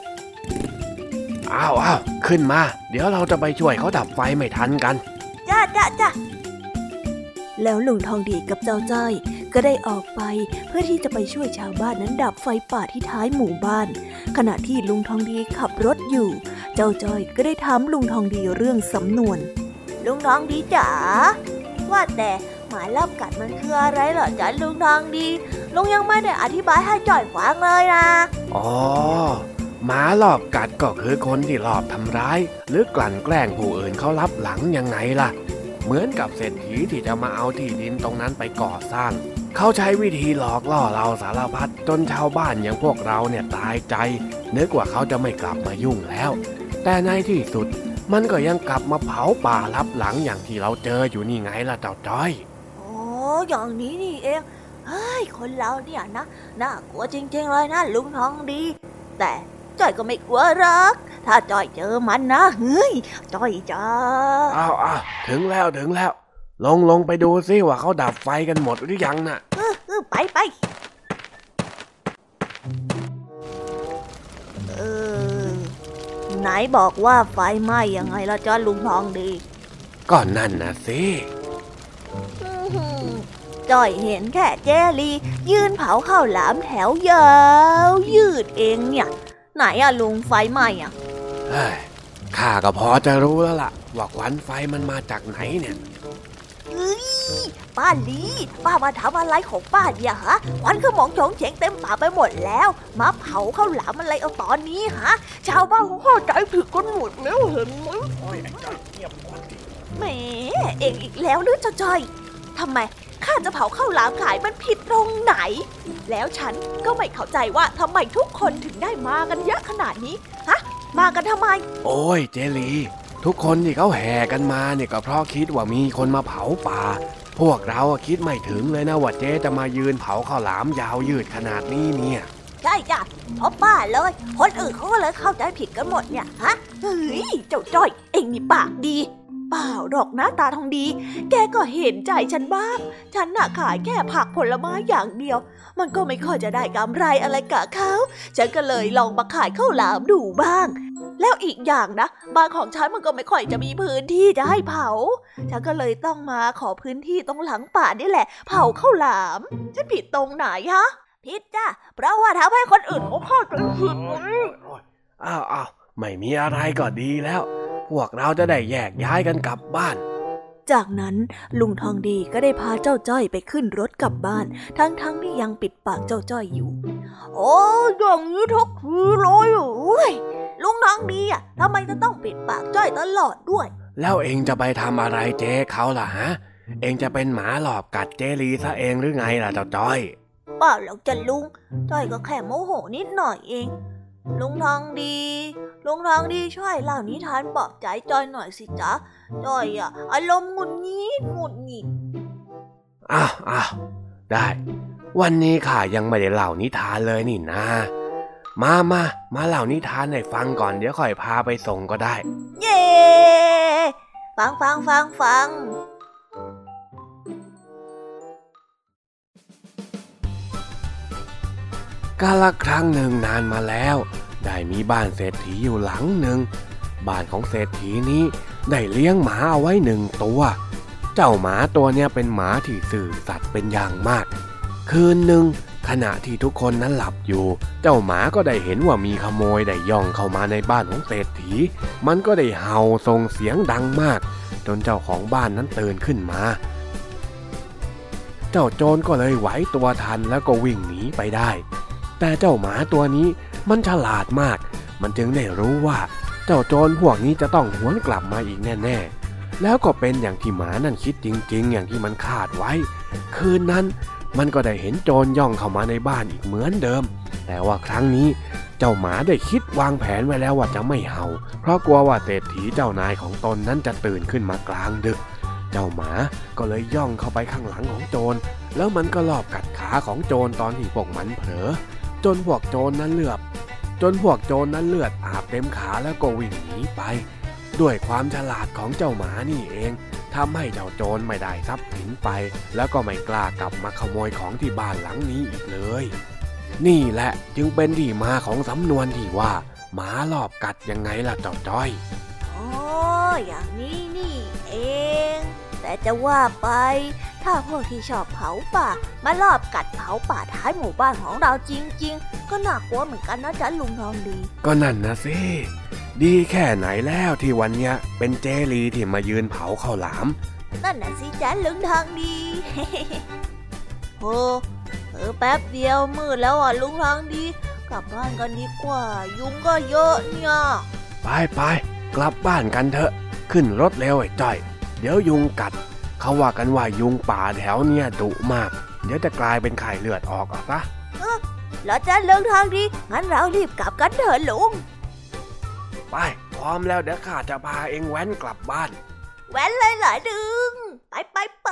อ้าวขึ้นมาเดี๋ยวเราจะไปช่วยเขาดับไฟไม่ทันกันจ้าแล้วลุงทองดีกับเจ้าจ้อยก็ได้ออกไปเพื่อที่จะไปช่วยชาวบ้านนั้นดับไฟป่าที่ท้ายหมู่บ้านขณะที่ลุงทองดีขับรถอยู่เจ้าจ้อยก็ได้ถามลุงทองดีเรื่องสำนวนลุงทองดีจ๋าว่าแต่หมาลอบกัดมันคืออะไรเหรอจ๊ะลุงทองดีลุงยังไม่ได้อธิบายให้จ้อยฟังเลยนะหมาลอบกัดก็คือคนที่ลอบทำร้ายหรือกลั่นแกล้งผู้อื่นเขาลับหลังยังไงล่ะเหมือนกับเศรษฐีที่จะมาเอาที่ดินตรงนั้นไปก่อสร้างเขาใช้วิธีหลอกล่อเราสารพัดจนชาวบ้านอย่างพวกเราเนี่ยตายใจนึกว่าเขาจะไม่กลับมายุ่งแล้วแต่ในที่สุดมันก็ยังกลับมาเผาป่าลับหลังอย่างที่เราเจออยู่นี่ไงล่ะเจ้าจ้อยอย่างนี้นี่เองเฮ้ยคนเราเนี่ยนะน่ากลัวจริงๆเลยนะลุงทองดีแต่จ้อยก็ไม่กลัวหรอกถ้าจ้อยเจอมันนะเฮ้ยจ้อยจ้าถึงแล้วลงไปดูซิว่าเขาดับไฟกันหมดหรือยังน่ะไปไหนบอกว่าไฟไหม้ยังไงล่ะจ้าลุงทองดีก็นั่นนะสิจ้อยเห็นแค่เจลียืนเผาข้าวหลามแถวยาวยืดเองเนี่ยไหนอะลุงไฟไหม้อะข้าก็พอจะรู้แล้วล่ะว่าควันไฟมันมาจากไหนเนี่ยป้าลีป้ามาทำอะไรของป้าเนี่ยฮะควันขโมงโฉงเฉงเต็มป่าไปหมดแล้วมาเผาข้าวหลามอะไรเอาตอนนี้ฮะชาวบ้านเขาเข้าใจผิดกันหมดแล้วเห็นไหมแหมเองอีกแล้วหรือจ้อยทำไมข้าจะเผาข้าวหลามขายมันผิดตรงไหนแล้วฉันก็ไม่เข้าใจว่าทำไมทุกคนถึงได้มากันเยอะขนาดนี้ฮะมากันทำไมโอ้ยเจลีทุกคนที่เขาแห่กันมาเนี่ยก็เพราะคิดว่ามีคนมาเผาป่าพวกเราคิดไม่ถึงเลยนะว่าเจ๊จะมายืนเผาข้าวหลามยาวยืดขนาดนี้เนี่ยใช่จ้ะเพราะป้าเลยคนอื่นเขาก็เลยเข้าใจผิดกันหมดเนี่ยฮะเฮ้ยเจ้าจ้อยเอ็งนี่ปากดีเปล่าดอกนะตาทองดีแกก็เห็นใจฉันบ้างฉันน่ะขายแค่ผักผลไม้อย่างเดียวมันก็ไม่ค่อยจะได้กำไรอะไรกับเขาฉันก็เลยลองมาขายข้าวหลามดูบ้างแล้วอีกอย่างนะบ้านของฉันมันก็ไม่ค่อยจะมีพื้นที่จะให้เผาฉันก็เลยต้องมาขอพื้นที่ตรงหลังป่านี่แหละเผาข้าวหลามฉันผิดตรงไหนฮะผิดจ้ะเพราะว่าทำให้คนอื่นเขาเข้าใจผิดอ้าวไม่มีอะไรก็ดีแล้วพวกเราจะได้แยกย้ายกันกลับบ้านจากนั้นลุงทองดีก็ได้พาเจ้าจ้อยไปขึ้นรถกลับบ้านทั้งที่ยังปิดปากเจ้าจ้อยอยู่โอ้อย่างนี้ทุกทีเลยลุงทองดีอ่ะทำไมจะต้องปิดปากจ้อยตลอดด้วยแล้วเองจะไปทำอะไรเจ๊เขาล่ะฮะเองจะเป็นหมาหลอบกัดเจลีซะเองหรือไงล่ะเจ้าจ้อยเปล่าหรอกจ้ะลุงจ้อยก็แค่โมโหนิดหน่อยเองลุงทองดีช่วยเล่านิทานปลอบใจจ้อยหน่อยสิจ๊ะจ้อยอ่ะอารมณ์หงุดหงิดอ้าวได้วันนี้ข้ายังไม่ได้เล่านิทานเลยนี่นะมาเล่านิทานให้ฟังก่อนเดี๋ยวค่อยพาไปส่งก็ได้เย้ฟังกาลครั้งหนึ่งนานมาแล้วได้มีบ้านเศรษฐีอยู่หลังหนึ่งบ้านของเศรษฐีนี้ได้เลี้ยงหมาเอาไว้1 ตัวเจ้าหมาตัวเนี้ยเป็นหมาที่ซื่อสัตย์เป็นอย่างมากคืนหนึ่งขณะที่ทุกคนนั้นหลับอยู่เจ้าหมาก็ได้เห็นว่ามีขโมยได้ย่องเข้ามาในบ้านของเศรษฐีมันก็ได้เห่าส่งเสียงดังมากจนเจ้าของบ้านนั้นตื่นขึ้นมาเจ้าโจรก็เลยไหวตัวทันแล้วก็วิ่งหนีไปได้แต่เจ้าหมาตัวนี้มันฉลาดมากมันจึงได้รู้ว่าเจ้าโจรพวกนี้จะต้องหวนกลับมาอีกแน่ๆแล้วก็เป็นอย่างที่หมานั่นคิดจริงๆอย่างที่มันคาดไว้คืนนั้นมันก็ได้เห็นโจรย่องเข้ามาในบ้านอีกเหมือนเดิมแต่ว่าครั้งนี้เจ้าหมาได้คิดวางแผนไว้แล้วว่าจะไม่เห่าเพราะกลัวว่าเศรษฐีเจ้านายของตนนั้นจะตื่นขึ้นมากลางดึกเจ้าหมาก็เลยย่องเข้าไปข้างหลังของโจรแล้วมันก็ลอบกัดขาของโจรตอนที่พวกมันเผลอจนพวกโจรนั้นเลือดอาบเต็มขาแล้วก็วิ่งหนีไปด้วยความฉลาดของเจ้าหมานี่เองทำให้เจ้าโจรไม่ได้ทรัพย์สินไปแล้วก็ไม่กล้ากลับมาขโมยของที่บ้านหลังนี้อีกเลยนี่แหละจึงเป็นที่มาของสำนวนที่ว่าหมาลอบกัดยังไงล่ะเจ้าจ้อยอ๋ออย่างนี้นี่เองแต่จะว่าไปถ้าพวกที่ชอบเผาป่ามาลอบกัดเผาป่าท้ายหมู่บ้านของเราจริงๆก็น่ากลัวเหมือนกันนะจ๊ะลุงทองดีก็นั่นนะสิดีแค่ไหนแล้วที่วันเนี้ยเป็นเจลีที่มายืนเผาข้าวหลามนั่นน่ะสิจ๊ะลุงทองดี โอ้แป๊บเดียวมืดแล้วอ่ะลุงทองดีกลับบ้านกันดีกว่ายุงก็เยอะเนี่ยไปกลับบ้านกันเถอะขึ้นรถเร็วไอ้จ้อยเดี๋ยวยุงกัดเขาว่ากันว่ายุงป่าแถวเนี่ยดุมากเดี๋ยวจะกลายเป็นไข้เลือดออกเอาซะแล้วจ๊ะลุงทองดีงั้นเรารีบกลับกันเถอะลุงไปพร้อมแล้วเดี๋ยวข้าจะพาเองแว้นกลับบ้านแว้นเลยเหรอดึงไป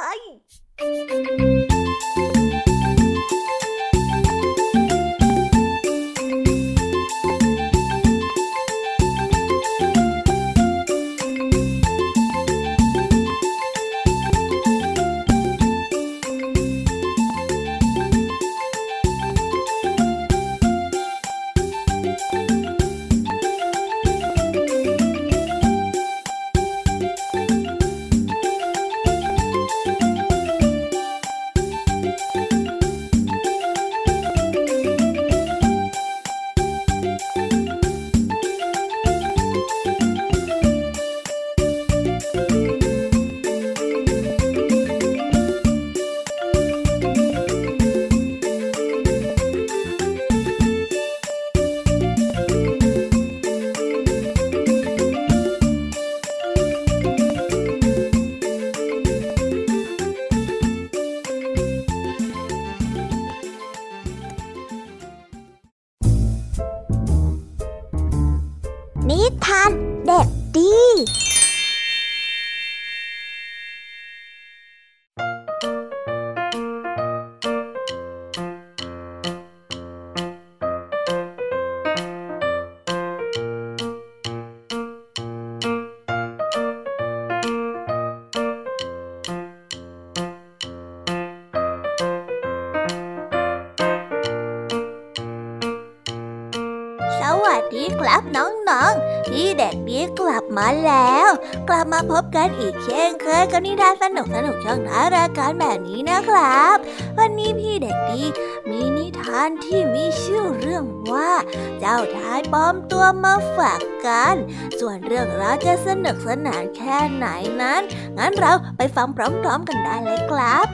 นิทานเด็กดีครับน้องๆพี่เด็กดีกลับมาแล้วกลับมาพบกันอีกเช่นเคยกับนิทานสนุกช่องท้ายรายการแบบนี้นะครับวันนี้พี่เด็กดีมีนิทานที่มีชื่อเรื่องว่าเจ้าชายปลอมตัวมาฝากกันส่วนเรื่องราวจะสนุกสนานแค่ไหนนั้นงั้นเราไปฟังพร้อมๆกันได้เลยครับ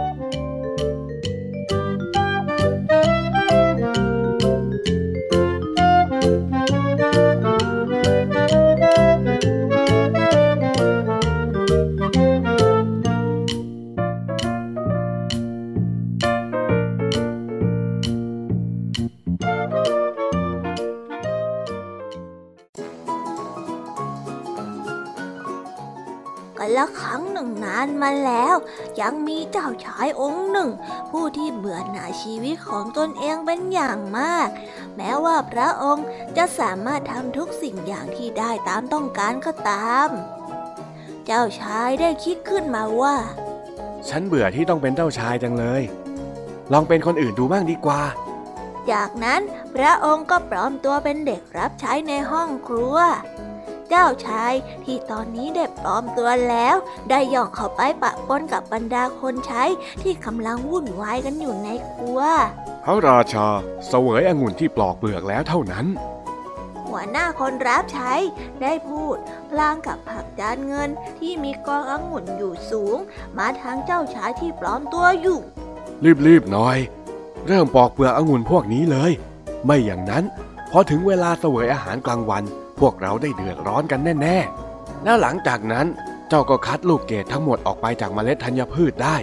และครั้งหนึ่งนานมาแล้วยังมีเจ้าชายองค์หนึ่งผู้ที่เบื่อหน่ายชีวิตของตนเองเป็นอย่างมากแม้ว่าพระองค์จะสามารถทำทุกสิ่งอย่างที่ได้ตามต้องการก็ตามเจ้าชายได้คิดขึ้นมาว่าฉันเบื่อที่ต้องเป็นเจ้าชายจังเลยลองเป็นคนอื่นดูบ้างดีกว่าจากนั้นพระองค์ก็ปลอมตัวเป็นเด็กรับใช้ในห้องครัวเจ้าชายที่ตอนนี้ได้ปลอมตัวแล้วได้ย่องเข้าไปปะปนกับบรรดาคนใช้ที่กำลังวุ่นวายกันอยู่ในครัวพระราชาเสวยองุ่นที่ปลอกเปลือกแล้วเท่านั้นหัวหน้าคนรับใช้ได้พูดพลางกับผักจานเงินที่มีกององุ่นอยู่สูงมาทางเจ้าชายที่ปลอมตัวอยู่รีบหน่อยเริ่มปอกเปลือกองุ่นพวกนี้เลยไม่อย่างนั้นพอถึงเวลาเสวยอาหารกลางวันพวกเราได้เดือดร้อนกันแน่ๆแล้วหลังจากนั้นเจ้าก็คัดลูกเกดทั้งหมดออกไปจากเมล็ดธัญพืชได้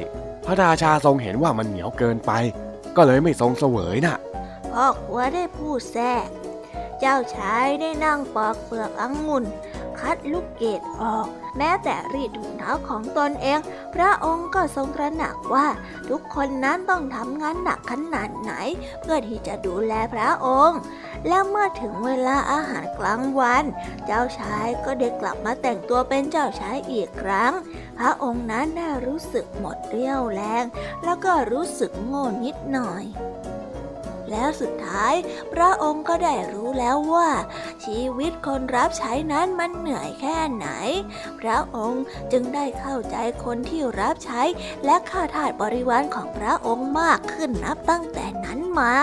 พระราชาทรงเห็นว่ามันเหนียวเกินไปก็เลยไม่ทรงเสวยน่ะพ่อครัวได้พูดแทรกเจ้าชายได้นั่งปอกเปลือกองุ่นคัดลูกเกดออกแม้แต่รีดถุงเท้าของตนเองพระองค์ก็ทรงตระหนักว่าทุกคนนั้นต้องทำงานหนักขนาดไหนเพื่อที่จะดูแลพระองค์และเมื่อถึงเวลาอาหารกลางวันเจ้าชายก็ได้กลับมาแต่งตัวเป็นเจ้าชายอีกครั้งพระองค์นั้นได้รู้สึกหมดเรี่ยวแรงแล้วก็รู้สึกโง่นิดหน่อยแล้วสุดท้ายพระองค์ก็ได้รู้แล้วว่าชีวิตคนรับใช้นั้นมันเหนื่อยแค่ไหนพระองค์จึงได้เข้าใจคนที่รับใช้และข้าทาสบริวารของพระองค์มากขึ้นนับตั้งแต่นั้นมา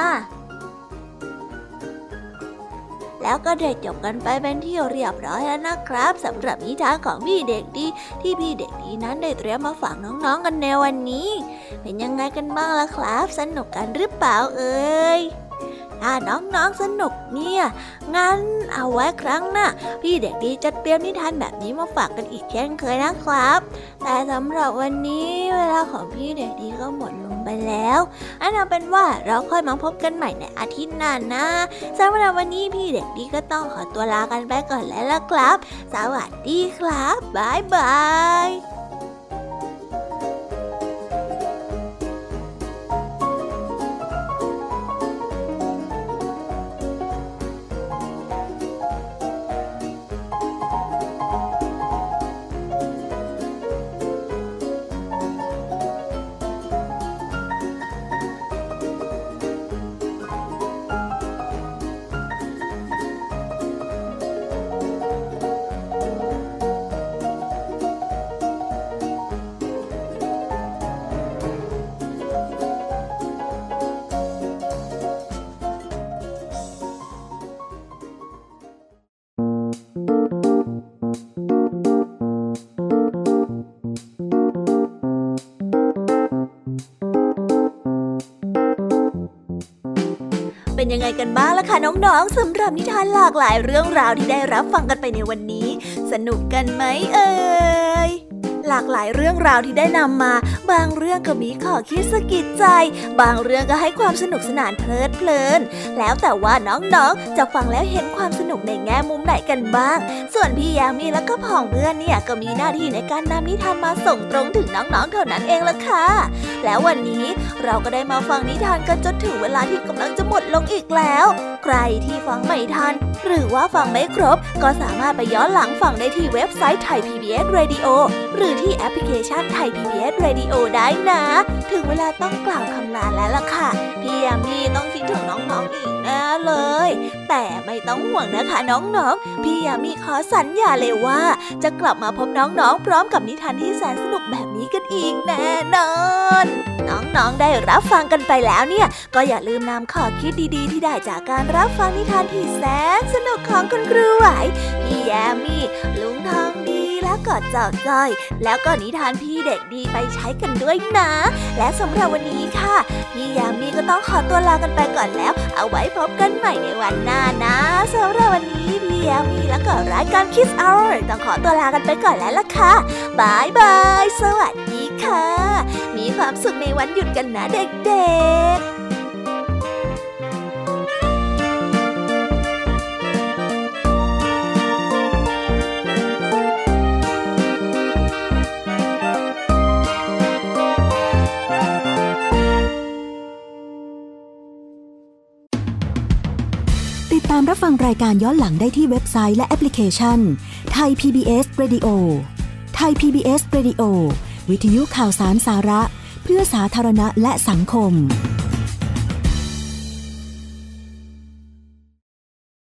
แล้วก็ได้จบกันไปเป็นที่เรียบร้อยแล้วนะครับสำหรับนิทานของพี่เด็กดีที่พี่เด็กดีนั้นได้เตรียมมาฝากน้องๆกันในวันนี้เป็นยังไงกันบ้างล่ะครับสนุกกันหรือเปล่าเอ่ยถ้าน้องๆสนุกเนี่ยงั้นเอาไว้ครั้งหน้าพี่เด็กดีจะเตรียมนิทานแบบนี้มาฝากกันอีกเช่นเคยนะครับแต่สำหรับวันนี้เวลาของพี่เด็กดีก็หมดลงไปแล้วเอาเป็นว่าเราค่อยมาพบกันใหม่ในอาทิตย์หน้านะสำหรับวันนี้พี่เด็กดีก็ต้องขอตัวลากันไปก่อนแล้วล่ะครับสวัสดีครับบ๊ายบายเป็นยังไงกันบ้างล่ะคะน้องๆสำหรับนิทานหลากหลายเรื่องราวที่ได้รับฟังกันไปในวันนี้สนุกกันไหมเอ่ยหลากหลายเรื่องราวที่ได้นำมาบางเรื่องก็มีข้อคิดสะกิดใจบางเรื่องก็ให้ความสนุกสนานเพลินแล้วแต่ว่าน้องๆจะฟังแล้วเห็นความสนุกในแง่มุมไหนกันบ้างส่วนพี่ยามีและก็พ่องเพื่อนเนี่ยก็มีหน้าที่ในการนำนิทานมาส่งตรงถึงน้องๆเท่านั้นเองล่ะค่ะแล้ววันนี้เราก็ได้มาฟังนิทานกันจนถึงเวลาที่กำลังจะหมดลงอีกแล้วใครที่ฟังไม่ทันหรือว่าฟังไม่ครบก็สามารถไปย้อนหลังฟังได้ที่เว็บไซต์ Thai PBS Radio หรือที่แอปพลิเคชัน Thai PBS Radio ได้นะถึงเวลาต้องกล่าวคำลาแล้วล่ะค่ะพี่ยามีต้องคิดถึงน้องๆอีกแน่เลยแต่ไม่ต้องห่วงนะคะน้องๆพี่ยามีขอสัญญาเลยว่าจะกลับมาพบน้องๆพร้อมกับนิทานที่แสนสนุกแบบนี้กันอีกแน่นอนน้องๆได้รับฟังกันไปแล้วเนี่ยก็อย่าลืมนำข้อคิดดีๆที่ได้จากการรับฟังนิทานที่แสนสนุกของคุณครูไหวพี่ยามีลุงทองดีและก็เจ้าจ้อยแล้วก็นิทานพี่เด็กดีไปใช้กันด้วยนะและสำหรับวันนี้ค่ะพี่ยามีก็ต้องขอตัวลากันไปก่อนแล้วเอาไว้พบกันใหม่ในวันหน้านะสำหรับวันนี้พี่ยามีแล้วก็รายการ Kids Hour ต้องขอตัวลากันไปก่อนแล้วล่ะค่ะบายบายสวัสดีค่ะมีความสุขในวันหยุดกันนะเด็กๆติดตามรับฟังรายการย้อนหลังได้ที่เว็บไซต์และแอปพลิเคชัน Thai PBS Radio Thai PBS Radio วิทยุข่าวสารสาระเพื่อสาธารณะและสังคม